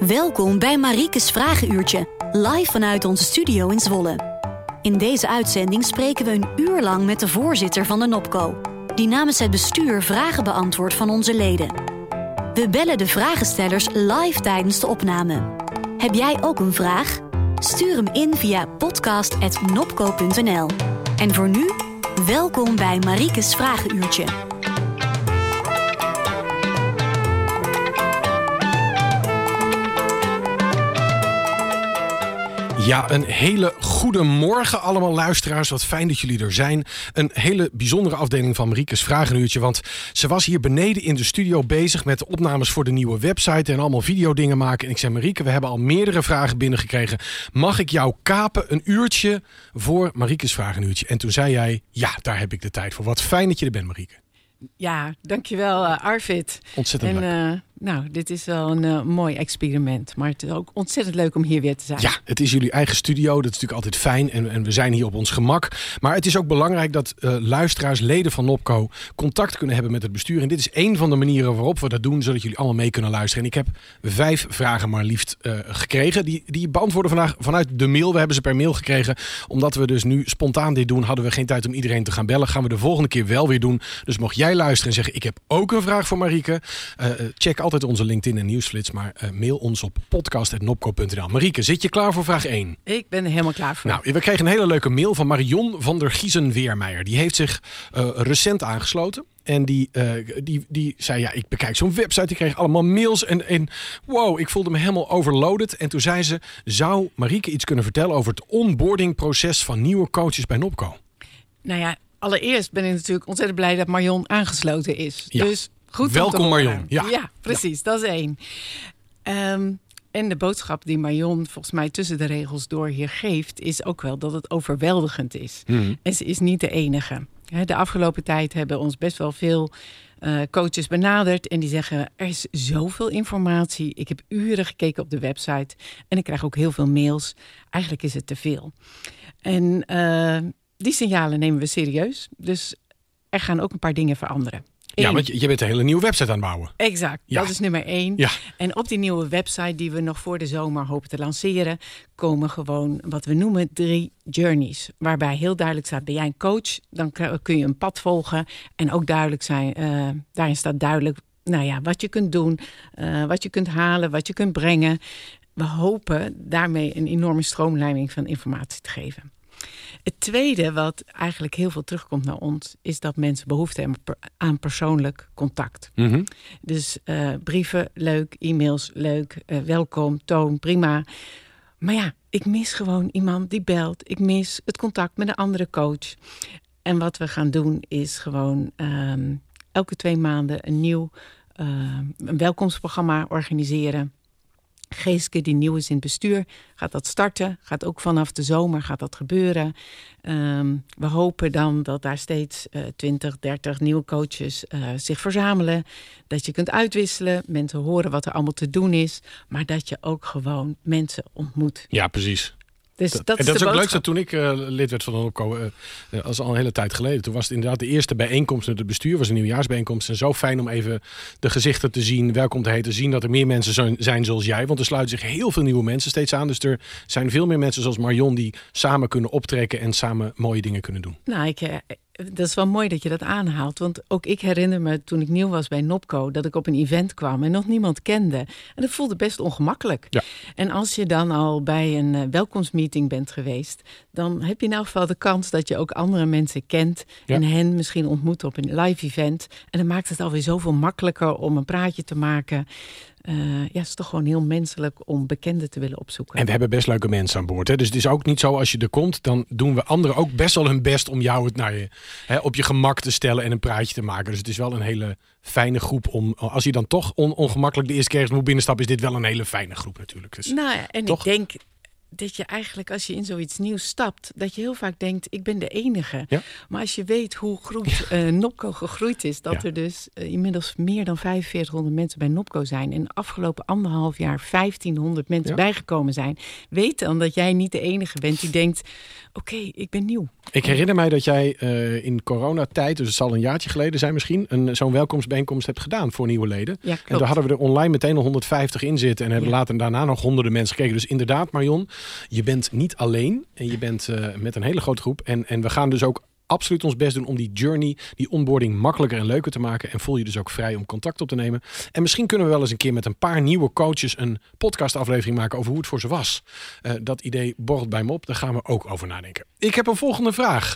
Welkom bij Mariekes Vragenuurtje, live vanuit onze studio in Zwolle. In deze uitzending spreken we een uur lang met de voorzitter van de Nopco, die namens het bestuur vragen beantwoordt van onze leden. We bellen de vragenstellers live tijdens de opname. Heb jij ook een vraag? Stuur hem in via podcast@nopco.nl. En voor nu, welkom bij Mariekes Vragenuurtje. Ja, een hele goede morgen allemaal luisteraars. Wat fijn dat jullie er zijn. Een hele bijzondere afdeling van Mariekes Vragenuurtje. Want ze was hier beneden in de studio bezig met de opnames voor de nieuwe website en allemaal videodingen maken. En ik zei, Marieke, we hebben al meerdere vragen binnengekregen. Mag ik jou kapen een uurtje voor Mariekes Vragenuurtje? En toen zei jij, ja, daar heb ik de tijd voor. Wat fijn dat je er bent, Marieke. Ja, dankjewel Arvid. Ontzettend leuk. Dit is wel een mooi experiment. Maar het is ook ontzettend leuk om hier weer te zijn. Ja, het is jullie eigen studio. Dat is natuurlijk altijd fijn. En we zijn hier op ons gemak. Maar het is ook belangrijk dat luisteraars, leden van Nopco, contact kunnen hebben met het bestuur. En dit is één van de manieren waarop we dat doen, zodat jullie allemaal mee kunnen luisteren. En ik heb 5 vragen maar liefst gekregen. Die beantwoorden vandaag vanuit de mail. We hebben ze per mail gekregen. Omdat we dus nu spontaan dit doen, hadden we geen tijd om iedereen te gaan bellen. Gaan we de volgende keer wel weer doen. Dus mocht jij luisteren en zeggen, ik heb ook een vraag voor Marieke. Check altijd onze LinkedIn en nieuwsflits, maar mail ons op podcast@nopco.nl. Marieke, zit je klaar voor vraag 1? Ik ben er helemaal klaar voor. Nou, we kregen een hele leuke mail van Marion van der Giezen-Weermeijer. Die heeft zich recent aangesloten. En die zei, ja, ik bekijk zo'n website. Ik kreeg allemaal mails en wow, ik voelde me helemaal overloaded. En toen zei ze, zou Marieke iets kunnen vertellen over het onboardingproces van nieuwe coaches bij Nopco? Nou ja, allereerst ben ik natuurlijk ontzettend blij dat Marion aangesloten is. Ja. Dus goed. Welkom Marion. Ja, precies. Ja. Dat is 1. En de boodschap die Marion volgens mij tussen de regels door hier geeft, is ook wel dat het overweldigend is. Mm-hmm. En ze is niet de enige. De afgelopen tijd hebben ons best wel veel coaches benaderd en die zeggen, er is zoveel informatie. Ik heb uren gekeken op de website en ik krijg ook heel veel mails. Eigenlijk is het te veel. En die signalen nemen we serieus. Dus er gaan ook een paar dingen veranderen. Ja, want je bent een hele nieuwe website aan het bouwen. Exact, ja. Dat is nummer 1. Ja. En op die nieuwe website die we nog voor de zomer hopen te lanceren, komen gewoon wat we noemen 3 journeys. Waarbij heel duidelijk staat, ben jij een coach? Dan kun je een pad volgen. En ook duidelijk zijn, daarin staat duidelijk wat je kunt doen, wat je kunt halen, wat je kunt brengen. We hopen daarmee een enorme stroomlijning van informatie te geven. Het tweede, wat eigenlijk heel veel terugkomt naar ons, is dat mensen behoefte hebben aan persoonlijk contact. Mm-hmm. Dus brieven, leuk, e-mails, leuk, welkom, toon, prima. Maar ja, ik mis gewoon iemand die belt. Ik mis het contact met een andere coach. En wat we gaan doen is gewoon elke 2 maanden een nieuw een welkomstprogramma organiseren. Geeske die nieuw is in het bestuur, gaat dat starten. Gaat ook vanaf de zomer gaat dat gebeuren. We hopen dan dat daar steeds 20, 30 nieuwe coaches zich verzamelen. Dat je kunt uitwisselen, mensen horen wat er allemaal te doen is. Maar dat je ook gewoon mensen ontmoet. Ja, precies. Dus dat is ook leuk dat toen ik lid werd van de Nopco, dat was al een hele tijd geleden. Toen was het inderdaad de eerste bijeenkomst met het bestuur, was een nieuwjaarsbijeenkomst. En zo fijn om even de gezichten te zien, welkom te heten, zien dat er meer mensen zijn zoals jij. Want er sluiten zich heel veel nieuwe mensen steeds aan. Dus er zijn veel meer mensen zoals Marion die samen kunnen optrekken en samen mooie dingen kunnen doen. Nou, dat is wel mooi dat je dat aanhaalt. Want ook ik herinner me toen ik nieuw was bij Nopco, dat ik op een event kwam en nog niemand kende. En dat voelde best ongemakkelijk. Ja. En als je dan al bij een welkomstmeeting bent geweest, dan heb je in elk geval de kans dat je ook andere mensen kent. Ja. En hen misschien ontmoet op een live event. En dan maakt het alweer zoveel makkelijker om een praatje te maken. Het is toch gewoon heel menselijk om bekenden te willen opzoeken. En we hebben best leuke mensen aan boord. Hè? Dus het is ook niet zo als je er komt, dan doen we anderen ook best wel hun best om jou op je gemak te stellen en een praatje te maken. Dus het is wel een hele fijne groep om, als je dan toch ongemakkelijk de eerste keer moet binnenstappen, is dit wel een hele fijne groep natuurlijk. Dus, ik denk dat je eigenlijk, als je in zoiets nieuws stapt, dat je heel vaak denkt, ik ben de enige. Ja? Maar als je weet hoe groot Nopco gegroeid is, dat er dus inmiddels meer dan 4500 mensen bij Nopco zijn. En de afgelopen 1,5 jaar 1500 mensen bijgekomen zijn. Weet dan dat jij niet de enige bent die denkt, oké, ik ben nieuw. Ik herinner mij dat jij in coronatijd, dus het zal een jaartje geleden zijn misschien, zo'n welkomstbijeenkomst hebt gedaan voor nieuwe leden. Ja, en daar hadden we er online meteen al 150 in zitten en hebben later daarna nog honderden mensen gekeken. Dus inderdaad, Marion, je bent niet alleen en je bent met een hele grote groep. En we gaan dus ook absoluut ons best doen om die journey, die onboarding makkelijker en leuker te maken. En voel je dus ook vrij om contact op te nemen. En misschien kunnen we wel eens een keer met een paar nieuwe coaches een podcastaflevering maken over hoe het voor ze was. Dat idee borrelt bij me op. Daar gaan we ook over nadenken. Ik heb een volgende vraag.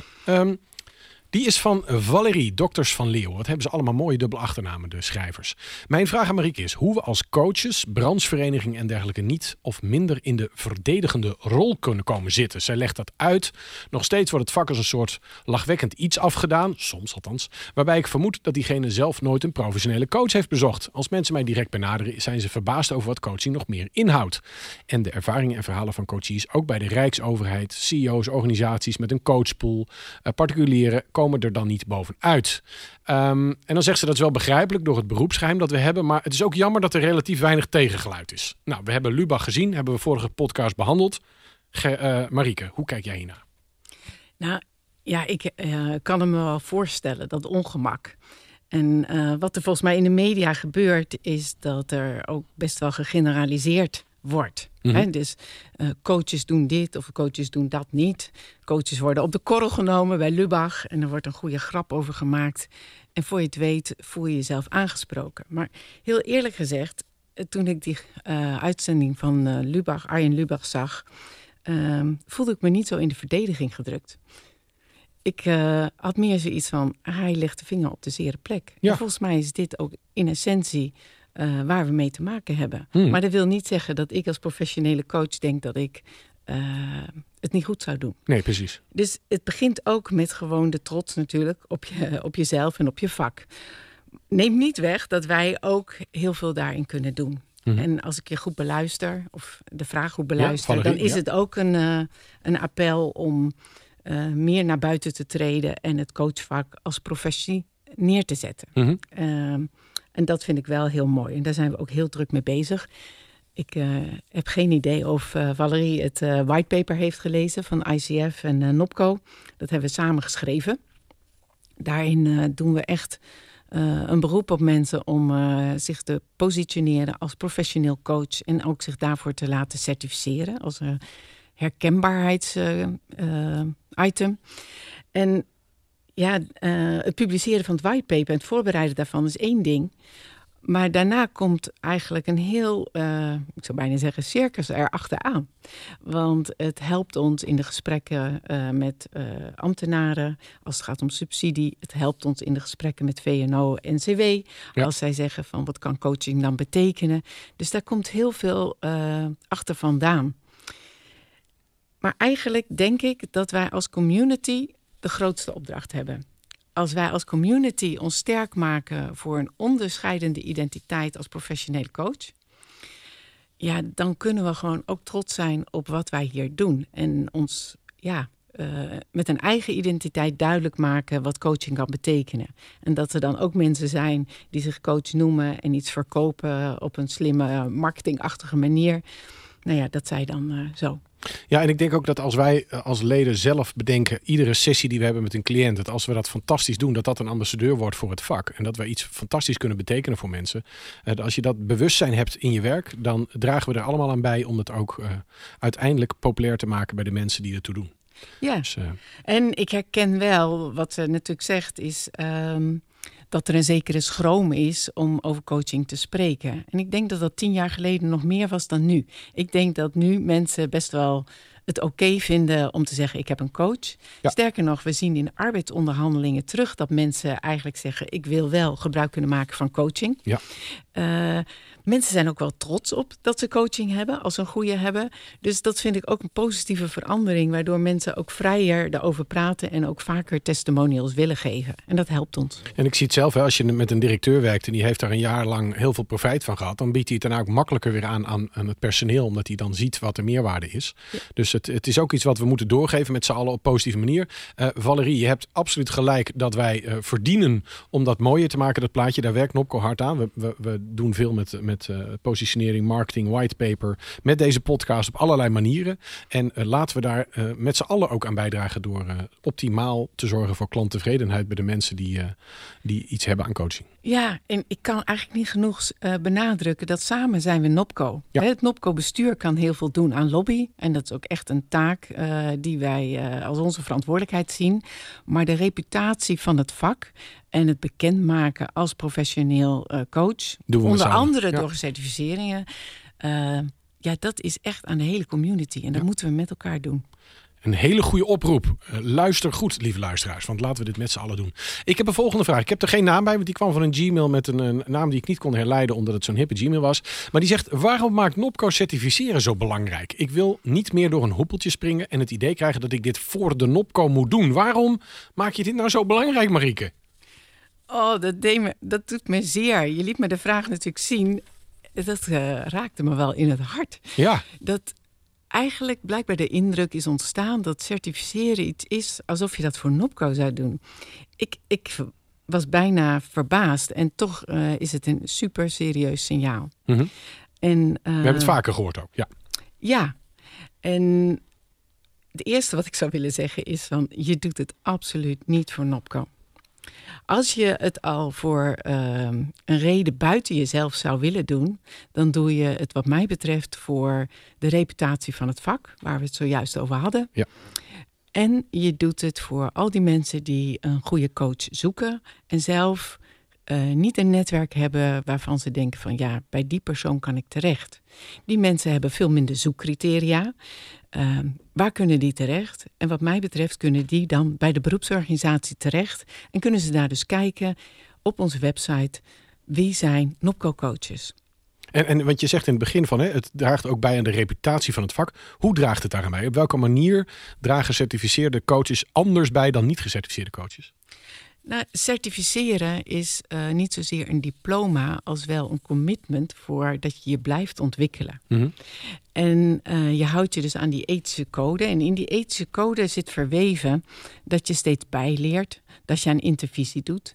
Die is van Valerie, Dokters van Leeuwen. Wat hebben ze allemaal mooie dubbele achternamen, de schrijvers. Mijn vraag aan Marieke is hoe we als coaches, branchevereniging en dergelijke niet of minder in de verdedigende rol kunnen komen zitten. Zij legt dat uit. Nog steeds wordt het vak als een soort lachwekkend iets afgedaan, soms althans, waarbij ik vermoed dat diegene zelf nooit een professionele coach heeft bezocht. Als mensen mij direct benaderen, zijn ze verbaasd over wat coaching nog meer inhoudt. En de ervaringen en verhalen van coaches, ook bij de Rijksoverheid, CEO's, organisaties met een coachpool, particulieren, komen er dan niet bovenuit. En dan zegt ze dat is wel begrijpelijk door het beroepsgeheim dat we hebben, maar het is ook jammer dat er relatief weinig tegengeluid is. Nou, we hebben Lubach gezien, hebben we vorige podcast behandeld. Marieke, hoe kijk jij hiernaar? Nou, ja, ik kan me wel voorstellen, dat ongemak. En wat er volgens mij in de media gebeurt, is dat er ook best wel gegeneraliseerd wordt. Mm-hmm. Hè? Dus coaches doen dit of coaches doen dat niet. Coaches worden op de korrel genomen bij Lubach en er wordt een goede grap over gemaakt. En voor je het weet voel je jezelf aangesproken. Maar heel eerlijk gezegd, toen ik die uitzending van Arjen Lubach zag, voelde ik me niet zo in de verdediging gedrukt. Ik had meer zoiets van, hij legt de vinger op de zere plek. Ja. En volgens mij is dit ook in essentie waar we mee te maken hebben. Maar dat wil niet zeggen dat ik als professionele coach denk dat ik het niet goed zou doen. Nee, precies. Dus het begint ook met gewoon de trots natuurlijk op jezelf en op je vak. Neemt niet weg dat wij ook heel veel daarin kunnen doen. Mm-hmm. En als ik je goed beluister, of de vraag goed beluister, dan is het ook een appel om meer naar buiten te treden en het coachvak als professie neer te zetten. Mm-hmm. En dat vind ik wel heel mooi. En daar zijn we ook heel druk mee bezig. Ik heb geen idee of Valerie het whitepaper heeft gelezen van ICF en Nopco. Dat hebben we samen geschreven. Daarin doen we echt een beroep op mensen om zich te positioneren als professioneel coach. En ook zich daarvoor te laten certificeren als herkenbaarheidsitem. En ja, het publiceren van het whitepaper en het voorbereiden daarvan is één ding. Maar daarna komt eigenlijk een heel, ik zou bijna zeggen, circus erachteraan. Want het helpt ons in de gesprekken met ambtenaren als het gaat om subsidie. Het helpt ons in de gesprekken met VNO-NCW. Ja. Als zij zeggen van wat kan coaching dan betekenen. Dus daar komt heel veel achter vandaan. Maar eigenlijk denk ik dat wij als community de grootste opdracht hebben. Als wij als community ons sterk maken voor een onderscheidende identiteit als professionele coach, ja, dan kunnen we gewoon ook trots zijn op wat wij hier doen. En ons met een eigen identiteit duidelijk maken wat coaching kan betekenen. En dat er dan ook mensen zijn die zich coach noemen en iets verkopen op een slimme marketingachtige manier. Nou ja, dat zij dan zo. Ja, en ik denk ook dat als wij als leden zelf bedenken, iedere sessie die we hebben met een cliënt, dat als we dat fantastisch doen, dat dat een ambassadeur wordt voor het vak. En dat wij iets fantastisch kunnen betekenen voor mensen. Als je dat bewustzijn hebt in je werk, dan dragen we er allemaal aan bij om het ook uiteindelijk populair te maken bij de mensen die ertoe doen. Ja, dus, en ik herken wel, wat ze natuurlijk zegt, is dat er een zekere schroom is om over coaching te spreken. En ik denk dat dat 10 jaar geleden nog meer was dan nu. Ik denk dat nu mensen best wel het oké vinden om te zeggen, ik heb een coach. Ja. Sterker nog, we zien in arbeidsonderhandelingen terug dat mensen eigenlijk zeggen, ik wil wel gebruik kunnen maken van coaching. Ja. Mensen zijn ook wel trots op dat ze coaching hebben, als ze een goede hebben. Dus dat vind ik ook een positieve verandering, waardoor mensen ook vrijer daarover praten en ook vaker testimonials willen geven. En dat helpt ons. En ik zie het zelf, als je met een directeur werkt en die heeft daar een jaar lang heel veel profijt van gehad, dan biedt hij het daarna ook makkelijker weer aan het personeel, omdat hij dan ziet wat de meerwaarde is. Ja. Dus het is ook iets wat we moeten doorgeven met z'n allen op positieve manier. Valerie, je hebt absoluut gelijk dat wij verdienen om dat mooier te maken, dat plaatje. Daar werkt Nopco hard aan. We doen veel met positionering, marketing, whitepaper, met deze podcast op allerlei manieren. En laten we daar met z'n allen ook aan bijdragen door optimaal te zorgen voor klanttevredenheid bij de mensen die iets hebben aan coaching. Ja, en ik kan eigenlijk niet genoeg benadrukken dat samen zijn we Nopco. Ja. Het Nopco-bestuur kan heel veel doen aan lobby. En dat is ook echt een taak die wij als onze verantwoordelijkheid zien. Maar de reputatie van het vak en het bekendmaken als professioneel coach, onder andere door certificeringen, dat is echt aan de hele community. En dat moeten we met elkaar doen. Een hele goede oproep. Luister goed, lieve luisteraars, want laten we dit met z'n allen doen. Ik heb een volgende vraag. Ik heb er geen naam bij, want die kwam van een Gmail met een naam die ik niet kon herleiden, omdat het zo'n hippe Gmail was. Maar die zegt, waarom maakt Nopco certificeren zo belangrijk? Ik wil niet meer door een hoepeltje springen en het idee krijgen dat ik dit voor de Nopco moet doen. Waarom maak je dit nou zo belangrijk, Marieke? Oh, dat doet me zeer. Je liet me de vraag natuurlijk zien. Dat raakte me wel in het hart. Ja. Dat eigenlijk blijkbaar de indruk is ontstaan dat certificeren iets is alsof je dat voor Nopco zou doen. Ik was bijna verbaasd en toch is het een super serieus signaal. Mm-hmm. En, we hebben het vaker gehoord ook, ja. Ja, en het eerste wat ik zou willen zeggen is van, je doet het absoluut niet voor Nopco. Als je het al voor een reden buiten jezelf zou willen doen, dan doe je het wat mij betreft voor de reputatie van het vak, waar we het zojuist over hadden. Ja. En je doet het voor al die mensen die een goede coach zoeken en zelf niet een netwerk hebben waarvan ze denken van ja, bij die persoon kan ik terecht. Die mensen hebben veel minder zoekcriteria. Waar kunnen die terecht? En wat mij betreft kunnen die dan bij de beroepsorganisatie terecht. En kunnen ze daar dus kijken op onze website, wie zijn Nopco coaches? En wat je zegt in het begin van, het draagt ook bij aan de reputatie van het vak. Hoe draagt het daar aan bij? Op welke manier dragen gecertificeerde coaches anders bij dan niet gecertificeerde coaches? Nou, certificeren is niet zozeer een diploma als wel een commitment voor dat je je blijft ontwikkelen. Mm-hmm. En je houdt je dus aan die ethische code. En in die ethische code zit verweven dat je steeds bijleert, dat je een intervisie doet.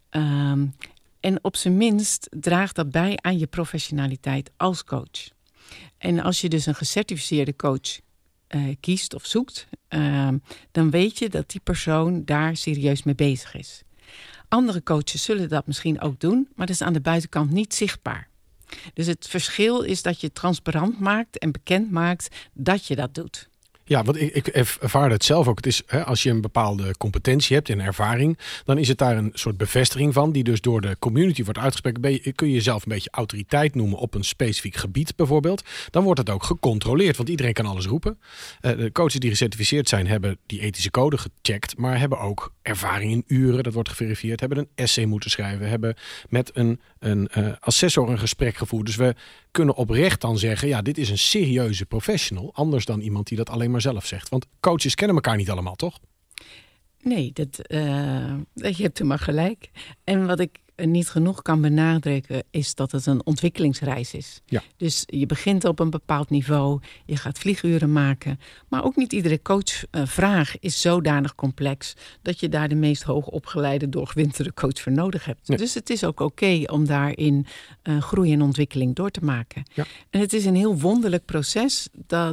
En op zijn minst draagt dat bij aan je professionaliteit als coach. En als je dus een gecertificeerde coach kiest of zoekt, dan weet je dat die persoon daar serieus mee bezig is. Andere coaches zullen dat misschien ook doen, maar dat is aan de buitenkant niet zichtbaar. Dus het verschil is dat je transparant maakt en bekend maakt dat je dat doet. Ja, want ik ervaar het zelf ook. Het is, als je een bepaalde competentie hebt en ervaring, dan is het daar een soort bevestiging van, die dus door de community wordt uitgesproken. Kun je jezelf een beetje autoriteit noemen op een specifiek gebied bijvoorbeeld. Dan wordt het ook gecontroleerd, want iedereen kan alles roepen. De coaches die gecertificeerd zijn, hebben die ethische code gecheckt, maar hebben ook ervaring in uren, dat wordt geverifieerd, hebben een essay moeten schrijven, hebben met een assessor een gesprek gevoerd. Dus we kunnen oprecht dan zeggen, ja, dit is een serieuze professional, anders dan iemand die dat alleen maar zelf zegt. Want coaches kennen elkaar niet allemaal, toch? Nee, je hebt er maar gelijk. En wat ik niet genoeg kan benadrukken, is dat het een ontwikkelingsreis is. Ja. Dus je begint op een bepaald niveau, je gaat vlieguren maken. Maar ook niet iedere coachvraag is zodanig complex dat je daar de meest hoogopgeleide, doorgewinterde coach voor nodig hebt. Nee. Dus het is ook oké om daarin groei en ontwikkeling door te maken. Ja. En het is een heel wonderlijk proces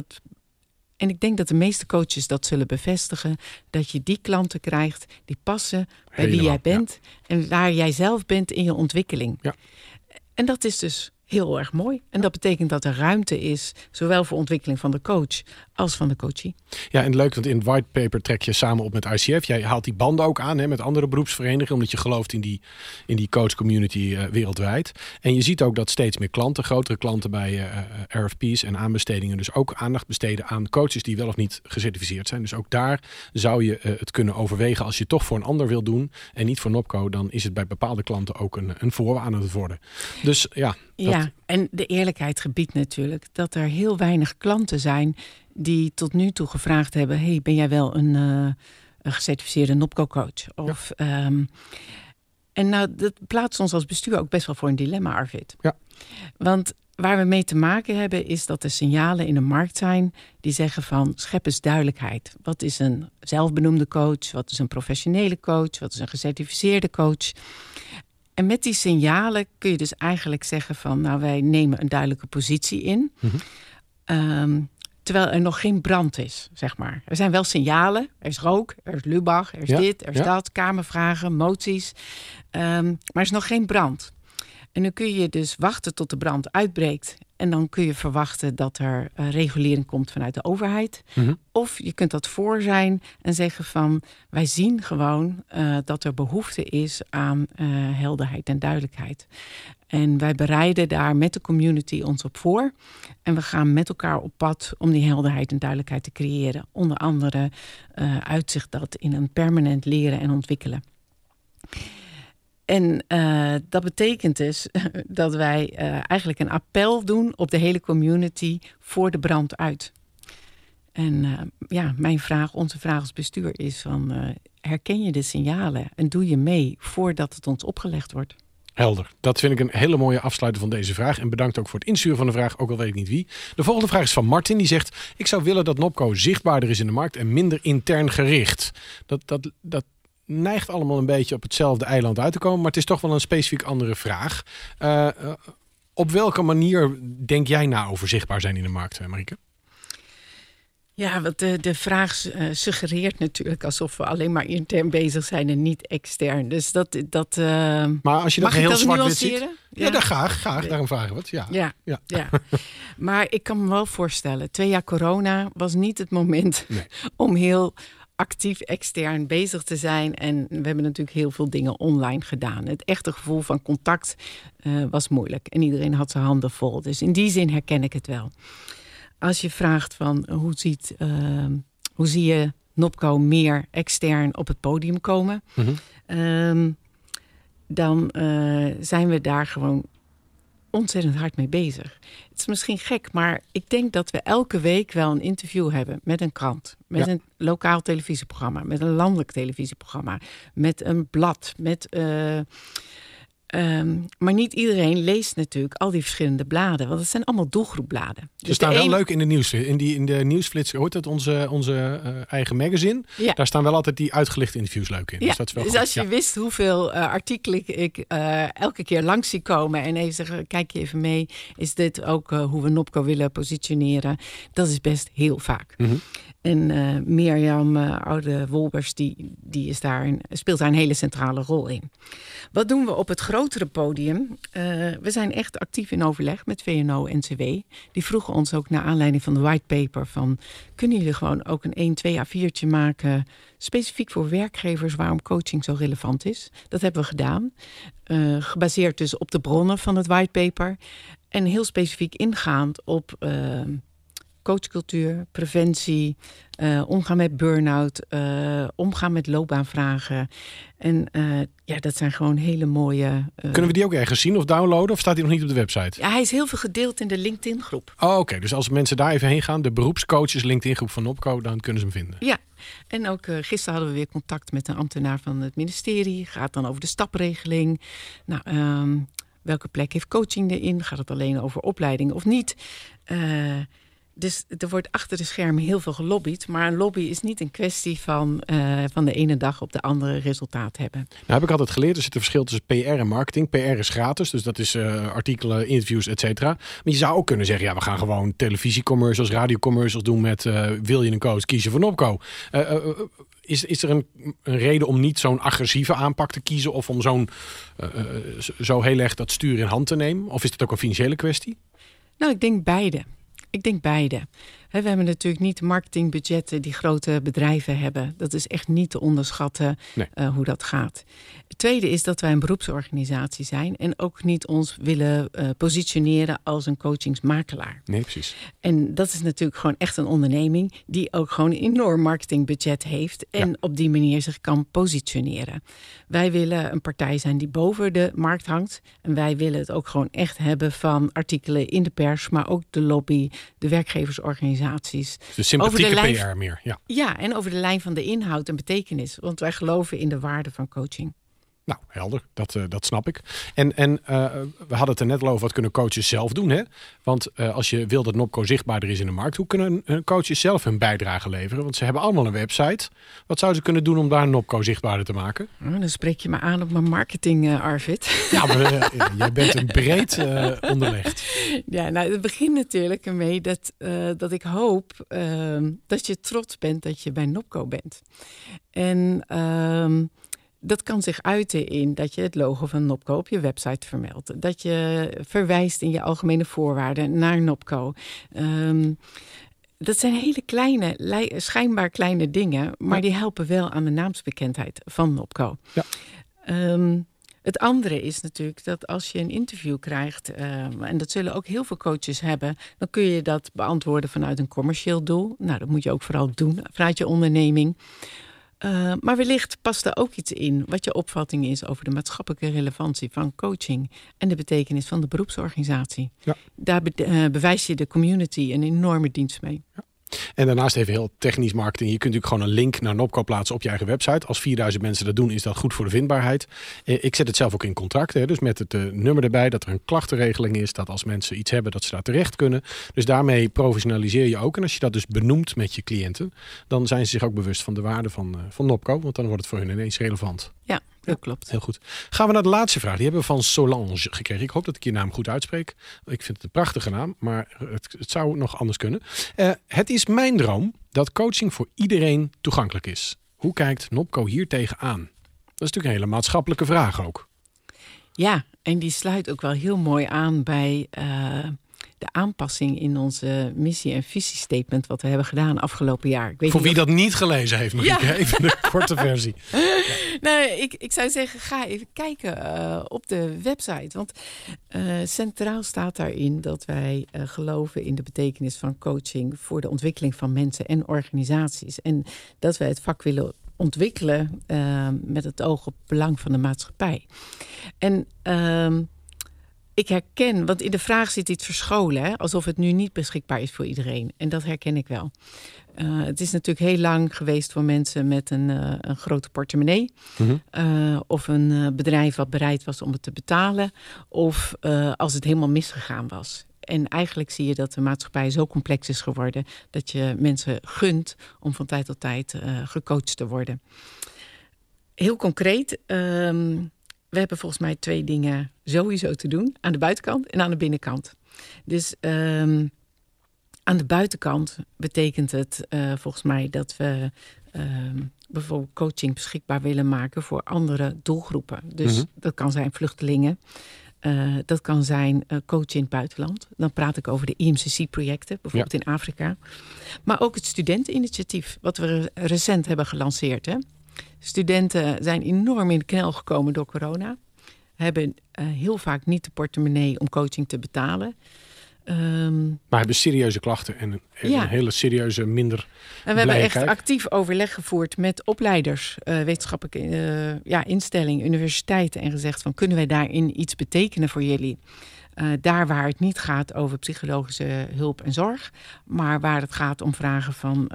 en ik denk dat de meeste coaches dat zullen bevestigen, dat je die klanten krijgt die passen bij wie jij bent en waar jij zelf bent in je ontwikkeling. Ja. En dat is dus heel erg mooi. En dat betekent dat er ruimte is, zowel voor ontwikkeling van de coach als van de coachie. Ja, en leuk, want in het whitepaper trek je samen op met ICF. Jij haalt die banden ook aan met andere beroepsverenigingen, omdat je gelooft in die coach community wereldwijd. En je ziet ook dat steeds meer klanten, grotere klanten bij RFP's en aanbestedingen, dus ook aandacht besteden aan coaches die wel of niet gecertificeerd zijn. Dus ook daar zou je het kunnen overwegen als je toch voor een ander wil doen en niet voor Nopco, dan is het bij bepaalde klanten ook een voorwaarde aan het worden. Dus ja. Ja, en de eerlijkheid gebiedt natuurlijk dat er heel weinig klanten zijn die tot nu toe gevraagd hebben, hey, ben jij wel een gecertificeerde Nopco-coach? Of, en nou, dat plaatst ons als bestuur ook best wel voor een dilemma, Arvid. Ja. Want waar we mee te maken hebben is dat er signalen in de markt zijn die zeggen van schep eens duidelijkheid. Wat is een zelfbenoemde coach? Wat is een professionele coach? Wat is een gecertificeerde coach? En met die signalen kun je dus eigenlijk zeggen van, nou, wij nemen een duidelijke positie in. Mm-hmm. Terwijl er nog geen brand is, zeg maar. Er zijn wel signalen. Er is rook, er is Lubach, er is dit, er is dat. Kamervragen, moties. Maar er is nog geen brand. En nu kun je dus wachten tot de brand uitbreekt. En dan kun je verwachten dat er regulering komt vanuit de overheid. Mm-hmm. Of je kunt dat voor zijn en zeggen van, wij zien gewoon dat er behoefte is aan helderheid en duidelijkheid. En wij bereiden daar met de community ons op voor. En we gaan met elkaar op pad om die helderheid en duidelijkheid te creëren. Onder andere uitzicht dat in een permanent leren en ontwikkelen. En dat betekent dus dat wij eigenlijk een appel doen op de hele community voor de brand uit. En onze vraag als bestuur is van, herken je de signalen en doe je mee voordat het ons opgelegd wordt? Helder. Dat vind ik een hele mooie afsluiter van deze vraag. En bedankt ook voor het insturen van de vraag, ook al weet ik niet wie. De volgende vraag is van Martin. Die zegt, ik zou willen dat Nopco zichtbaarder is in de markt en minder intern gericht. Dat neigt allemaal een beetje op hetzelfde eiland uit te komen, maar het is toch wel een specifiek andere vraag. Op welke manier denk jij nou over zichtbaar zijn in de markt, Marieke? Ja, want de vraag suggereert natuurlijk alsof we alleen maar intern bezig zijn en niet extern. Dus dat maar als je dat heel zwart-wit ziet, ja, dan graag. Daarom vragen we het. Ja. Maar ik kan me wel voorstellen, 2 jaar corona was niet het moment om heel actief extern bezig te zijn. En we hebben natuurlijk heel veel dingen online gedaan. Het echte gevoel van contact was moeilijk. En iedereen had zijn handen vol. Dus in die zin herken ik het wel. Als je vraagt van hoe zie je Nopco meer extern op het podium komen, mm-hmm. Dan zijn we daar gewoon ontzettend hard mee bezig. Het is misschien gek, maar ik denk dat we elke week wel een interview hebben met een krant, met een lokaal televisieprogramma, met een landelijk televisieprogramma, met een blad, maar niet iedereen leest natuurlijk al die verschillende bladen. Want het zijn allemaal doelgroepbladen. Ze staan wel leuk in de nieuws. In de nieuwsflits, hoort het onze eigen magazine. Ja. Daar staan wel altijd die uitgelichte interviews leuk in. Ja. Dus dat is wel dus goed. Als je wist hoeveel artikelen ik elke keer langs zie komen en even zeggen, kijk je even mee. Is dit ook hoe we Nopco willen positioneren? Dat is best heel vaak. Mm-hmm. En Mirjam Oude-Wolbers die speelt daar een hele centrale rol in. Wat doen we op het grotere podium? We zijn echt actief in overleg met VNO-NCW. Die vroegen ons ook naar aanleiding van de whitepaper van, kunnen jullie gewoon ook een 1-2 A4'tje maken specifiek voor werkgevers waarom coaching zo relevant is? Dat hebben we gedaan. Gebaseerd dus op de bronnen van het whitepaper. En heel specifiek ingaand op coachcultuur, preventie, omgaan met burn-out, omgaan met loopbaanvragen. En dat zijn gewoon hele mooie. Kunnen we die ook ergens zien of downloaden? Of staat die nog niet op de website? Ja, hij is heel veel gedeeld in de LinkedIn-groep. Oh, oké. Dus als mensen daar even heen gaan, de beroepscoaches LinkedIn-groep van Nopco, dan kunnen ze hem vinden. Ja, en ook gisteren hadden we weer contact met een ambtenaar van het ministerie. Gaat dan over de stapregeling. Nou, welke plek heeft coaching erin? Gaat het alleen over opleiding of niet? Dus er wordt achter de schermen heel veel gelobbyd. Maar een lobby is niet een kwestie van de ene dag op de andere resultaat hebben. Nou heb ik altijd geleerd, er zit een verschil tussen PR en marketing. PR is gratis, dus dat is artikelen, interviews, et cetera. Maar je zou ook kunnen zeggen, we gaan gewoon televisiecommercials, radiocommercials doen met wil je een coach, kies je voor Nopco. Is er een reden om niet zo'n agressieve aanpak te kiezen of om zo heel erg dat stuur in hand te nemen? Of is het ook een financiële kwestie? Nou, ik denk beide. We hebben natuurlijk niet marketingbudgetten die grote bedrijven hebben. Dat is echt niet te onderschatten hoe dat gaat. Het tweede is dat wij een beroepsorganisatie zijn en ook niet ons willen positioneren als een coachingsmakelaar. Nee, precies. En dat is natuurlijk gewoon echt een onderneming die ook gewoon een enorm marketingbudget heeft en op die manier zich kan positioneren. Wij willen een partij zijn die boven de markt hangt. En wij willen het ook gewoon echt hebben van artikelen in de pers, maar ook de lobby, de werkgeversorganisaties. Dus sympathieke PR meer. Ja, en over de lijn van de inhoud en betekenis. Want wij geloven in de waarde van coaching. Nou, helder. Dat snap ik. En we hadden het er net al over, wat kunnen coaches zelf doen? Hè? Want als je wil dat Nopco zichtbaarder is in de markt, hoe kunnen coaches zelf hun bijdrage leveren? Want ze hebben allemaal een website. Wat zouden ze kunnen doen om daar Nopco zichtbaarder te maken? Dan spreek je me aan op mijn marketing, Arvid. Ja, maar jij bent een breed onderlegd. Ja, nou, het begint natuurlijk ermee dat ik hoop dat je trots bent dat je bij Nopco bent. En dat kan zich uiten in dat je het logo van Nopco op je website vermeldt. Dat je verwijst in je algemene voorwaarden naar Nopco. Dat zijn hele kleine, schijnbaar kleine dingen, maar die helpen wel aan de naamsbekendheid van Nopco. Ja. Het andere is natuurlijk dat als je een interview krijgt, en dat zullen ook heel veel coaches hebben, dan kun je dat beantwoorden vanuit een commercieel doel. Nou, dat moet je ook vooral doen vanuit je onderneming. Maar wellicht past er ook iets in wat je opvatting is over de maatschappelijke relevantie van coaching en de betekenis van de beroepsorganisatie. Ja. Daar bewijs je de community een enorme dienst mee. Ja. En daarnaast even heel technisch marketing. Je kunt natuurlijk gewoon een link naar Nopco plaatsen op je eigen website. Als 4000 mensen dat doen, is dat goed voor de vindbaarheid. Ik zet het zelf ook in contracten. Dus met het nummer erbij, dat er een klachtenregeling is. Dat als mensen iets hebben, dat ze daar terecht kunnen. Dus daarmee professionaliseer je ook. En als je dat dus benoemt met je cliënten, dan zijn ze zich ook bewust van de waarde van Nopco. Want dan wordt het voor hun ineens relevant. Ja, dat klopt. Heel goed. Gaan we naar de laatste vraag. Die hebben we van Solange gekregen. Ik hoop dat ik je naam goed uitspreek. Ik vind het een prachtige naam, maar het zou nog anders kunnen. Het is mijn droom dat coaching voor iedereen toegankelijk is. Hoe kijkt Nopco hier tegenaan? Dat is natuurlijk een hele maatschappelijke vraag ook. Ja, en die sluit ook wel heel mooi aan bij de aanpassing in onze missie- en visiestatement wat we hebben gedaan afgelopen jaar. Voor wie dat niet gelezen heeft, Marieke, even de korte versie. Nee, ik zou zeggen, ga even kijken op de website. Want centraal staat daarin dat wij geloven in de betekenis van coaching voor de ontwikkeling van mensen en organisaties. En dat wij het vak willen ontwikkelen met het oog op het belang van de maatschappij. En ik herken, want in de vraag zit iets verscholen, hè? Alsof het nu niet beschikbaar is voor iedereen. En dat herken ik wel. Het is natuurlijk heel lang geweest voor mensen met een grote portemonnee. Mm-hmm. Of een bedrijf wat bereid was om het te betalen. Of als het helemaal misgegaan was. En eigenlijk zie je dat de maatschappij zo complex is geworden dat je mensen gunt om van tijd tot tijd gecoacht te worden. Heel concreet, we hebben volgens mij 2 dingen sowieso te doen. Aan de buitenkant en aan de binnenkant. Dus aan de buitenkant betekent het volgens mij dat we bijvoorbeeld coaching beschikbaar willen maken voor andere doelgroepen. Dus dat kan zijn vluchtelingen. Dat kan zijn coach in het buitenland. Dan praat ik over de IMCC-projecten, bijvoorbeeld in Afrika. Maar ook het studenteninitiatief, wat we recent hebben gelanceerd. Hè. Studenten zijn enorm in de knel gekomen door corona. Hebben heel vaak niet de portemonnee om coaching te betalen. Maar hebben serieuze klachten en een hele serieuze minder. En we hebben echt actief overleg gevoerd met opleiders, wetenschappelijke instellingen, universiteiten en gezegd van kunnen wij daarin iets betekenen voor jullie? Daar waar het niet gaat over psychologische hulp en zorg, maar waar het gaat om vragen van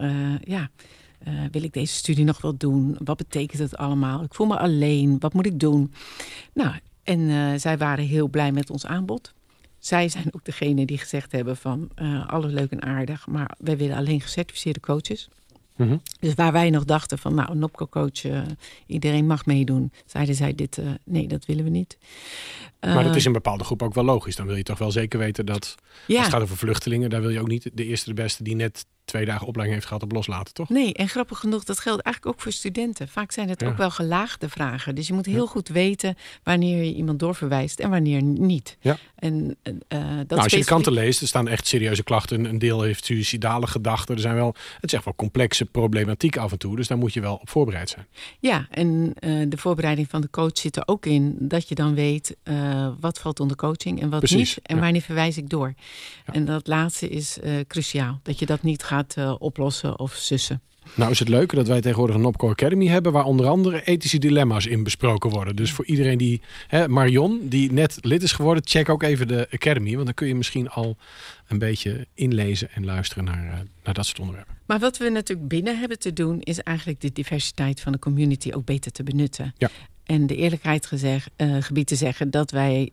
wil ik deze studie nog wel doen? Wat betekent het allemaal? Ik voel me alleen. Wat moet ik doen? Nou, en zij waren heel blij met ons aanbod. Zij zijn ook degene die gezegd hebben van alles leuk en aardig, maar wij willen alleen gecertificeerde coaches. Mm-hmm. Dus waar wij nog dachten van een Nopco coach, iedereen mag meedoen, zeiden zij nee, dat willen we niet. Maar dat is in een bepaalde groep ook wel logisch. Dan wil je toch wel zeker weten dat, als het gaat over vluchtelingen, daar wil je ook niet de eerste de beste die net 2 dagen opleiding heeft gehad op loslaten, toch? Nee, en grappig genoeg, dat geldt eigenlijk ook voor studenten. Vaak zijn het ook wel gelaagde vragen. Dus je moet heel goed weten wanneer je iemand doorverwijst en wanneer niet. Ja. En, als je de kanten leest, er staan echt serieuze klachten. Een deel heeft suïcidale gedachten. Het is echt wel complexe problematiek af en toe. Dus daar moet je wel op voorbereid zijn. Ja, en de voorbereiding van de coach zit er ook in dat je dan weet wat valt onder coaching en wat niet. En wanneer verwijs ik door. Ja. En dat laatste is cruciaal. Dat je dat niet gaat oplossen of sussen. Nou is het leuk dat wij tegenwoordig een Nopco Academy hebben, waar onder andere ethische dilemma's in besproken worden. Dus voor iedereen die, Marion, die net lid is geworden, check ook even de Academy. Want dan kun je misschien al een beetje inlezen en luisteren naar dat soort onderwerpen. Maar wat we natuurlijk binnen hebben te doen, is eigenlijk de diversiteit van de community ook beter te benutten. Ja. En de eerlijkheid gebied te zeggen dat wij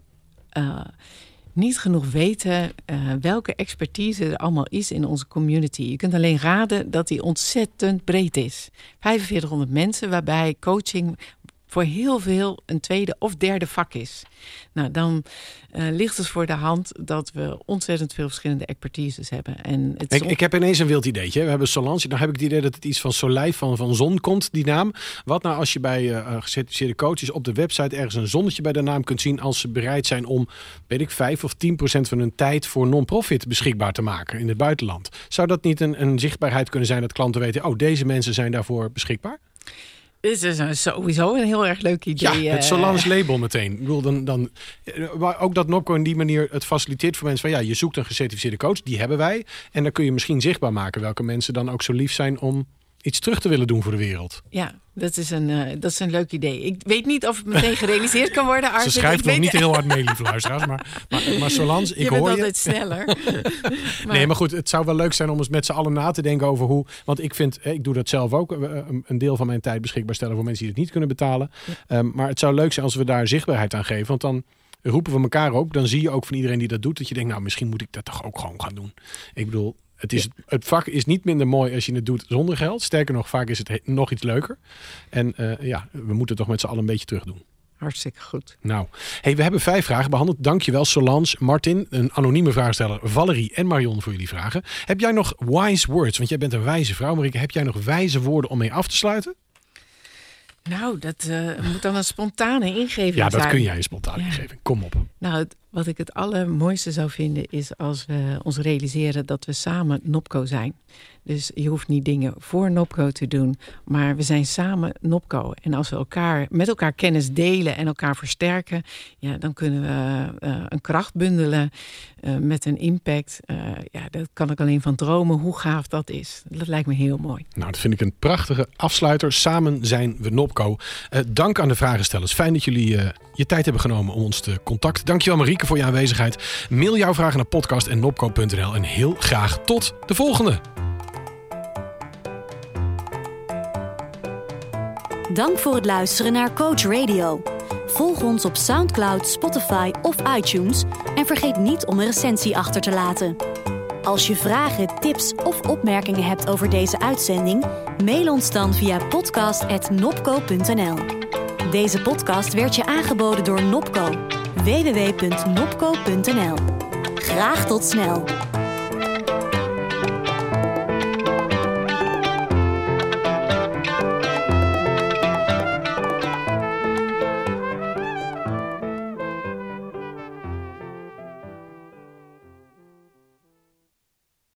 niet genoeg weten welke expertise er allemaal is in onze community. Je kunt alleen raden dat die ontzettend breed is. 4500 mensen, waarbij coaching voor heel veel een tweede of derde vak is. Nou, dan ligt het voor de hand dat we ontzettend veel verschillende expertises hebben. En ik heb ineens een wild ideetje. We hebben Solange. Dan heb ik het idee dat het iets van Soleil van zon komt, die naam. Wat nou als je bij gecertificeerde coaches op de website ergens een zonnetje bij de naam kunt zien als ze bereid zijn om, 5 of 10% van hun tijd voor non-profit beschikbaar te maken in het buitenland. Zou dat niet een zichtbaarheid kunnen zijn dat klanten weten, deze mensen zijn daarvoor beschikbaar? Dit is sowieso een heel erg leuk idee. Ja, het Solange label meteen. Ik bedoel, dan ook dat Nopco in die manier het faciliteert voor mensen van je zoekt een gecertificeerde coach, die hebben wij. En dan kun je misschien zichtbaar maken welke mensen dan ook zo lief zijn om iets terug te willen doen voor de wereld. Ja, dat is een leuk idee. Ik weet niet of het meteen gerealiseerd kan worden, Arvid. Ze schrijft nog niet heel hard mee, lieve luisteraars. Maar Solange, ik hoor je. Je bent altijd sneller. Nee, maar goed, het zou wel leuk zijn om eens met z'n allen na te denken over hoe. Want ik doe dat zelf ook. Een deel van mijn tijd beschikbaar stellen voor mensen die het niet kunnen betalen. Ja. Maar het zou leuk zijn als we daar zichtbaarheid aan geven. Want dan roepen we elkaar ook. Dan zie je ook van iedereen die dat doet, dat je denkt, nou, misschien moet ik dat toch ook gewoon gaan doen. Ik bedoel, het vak is niet minder mooi als je het doet zonder geld. Sterker nog, vaak is het nog iets leuker. En we moeten toch met z'n allen een beetje terug doen. Hartstikke goed. Nou, we hebben 5 vragen behandeld. Dankjewel Solange, Martin, een anonieme vraagsteller, Valerie en Marion voor jullie vragen. Heb jij nog wise words? Want jij bent een wijze vrouw, Marieke. Heb jij nog wijze woorden om mee af te sluiten? Nou, dat moet dan een spontane ingeving zijn. Ja, dat kun jij een spontane ingeving. Kom op. Nou, wat ik het allermooiste zou vinden is als we ons realiseren dat we samen Nopco zijn. Dus je hoeft niet dingen voor Nopco te doen, maar we zijn samen Nopco. En als we met elkaar kennis delen en elkaar versterken, dan kunnen we een kracht bundelen met een impact. Daar kan ik alleen van dromen hoe gaaf dat is. Dat lijkt me heel mooi. Nou, dat vind ik een prachtige afsluiter. Samen zijn we Nopco. Dank aan de vragenstellers. Fijn dat jullie je tijd hebben genomen om ons te contacten. Dankjewel Marieke voor je aanwezigheid. Mail jouw vragen naar podcast@nopco.nl en heel graag tot de volgende. Dank voor het luisteren naar Coach Radio. Volg ons op SoundCloud, Spotify of iTunes en vergeet niet om een recensie achter te laten. Als je vragen, tips of opmerkingen hebt over deze uitzending, mail ons dan via podcast@nopco.nl. Deze podcast werd je aangeboden door Nopco. www.nopco.nl. Graag tot snel.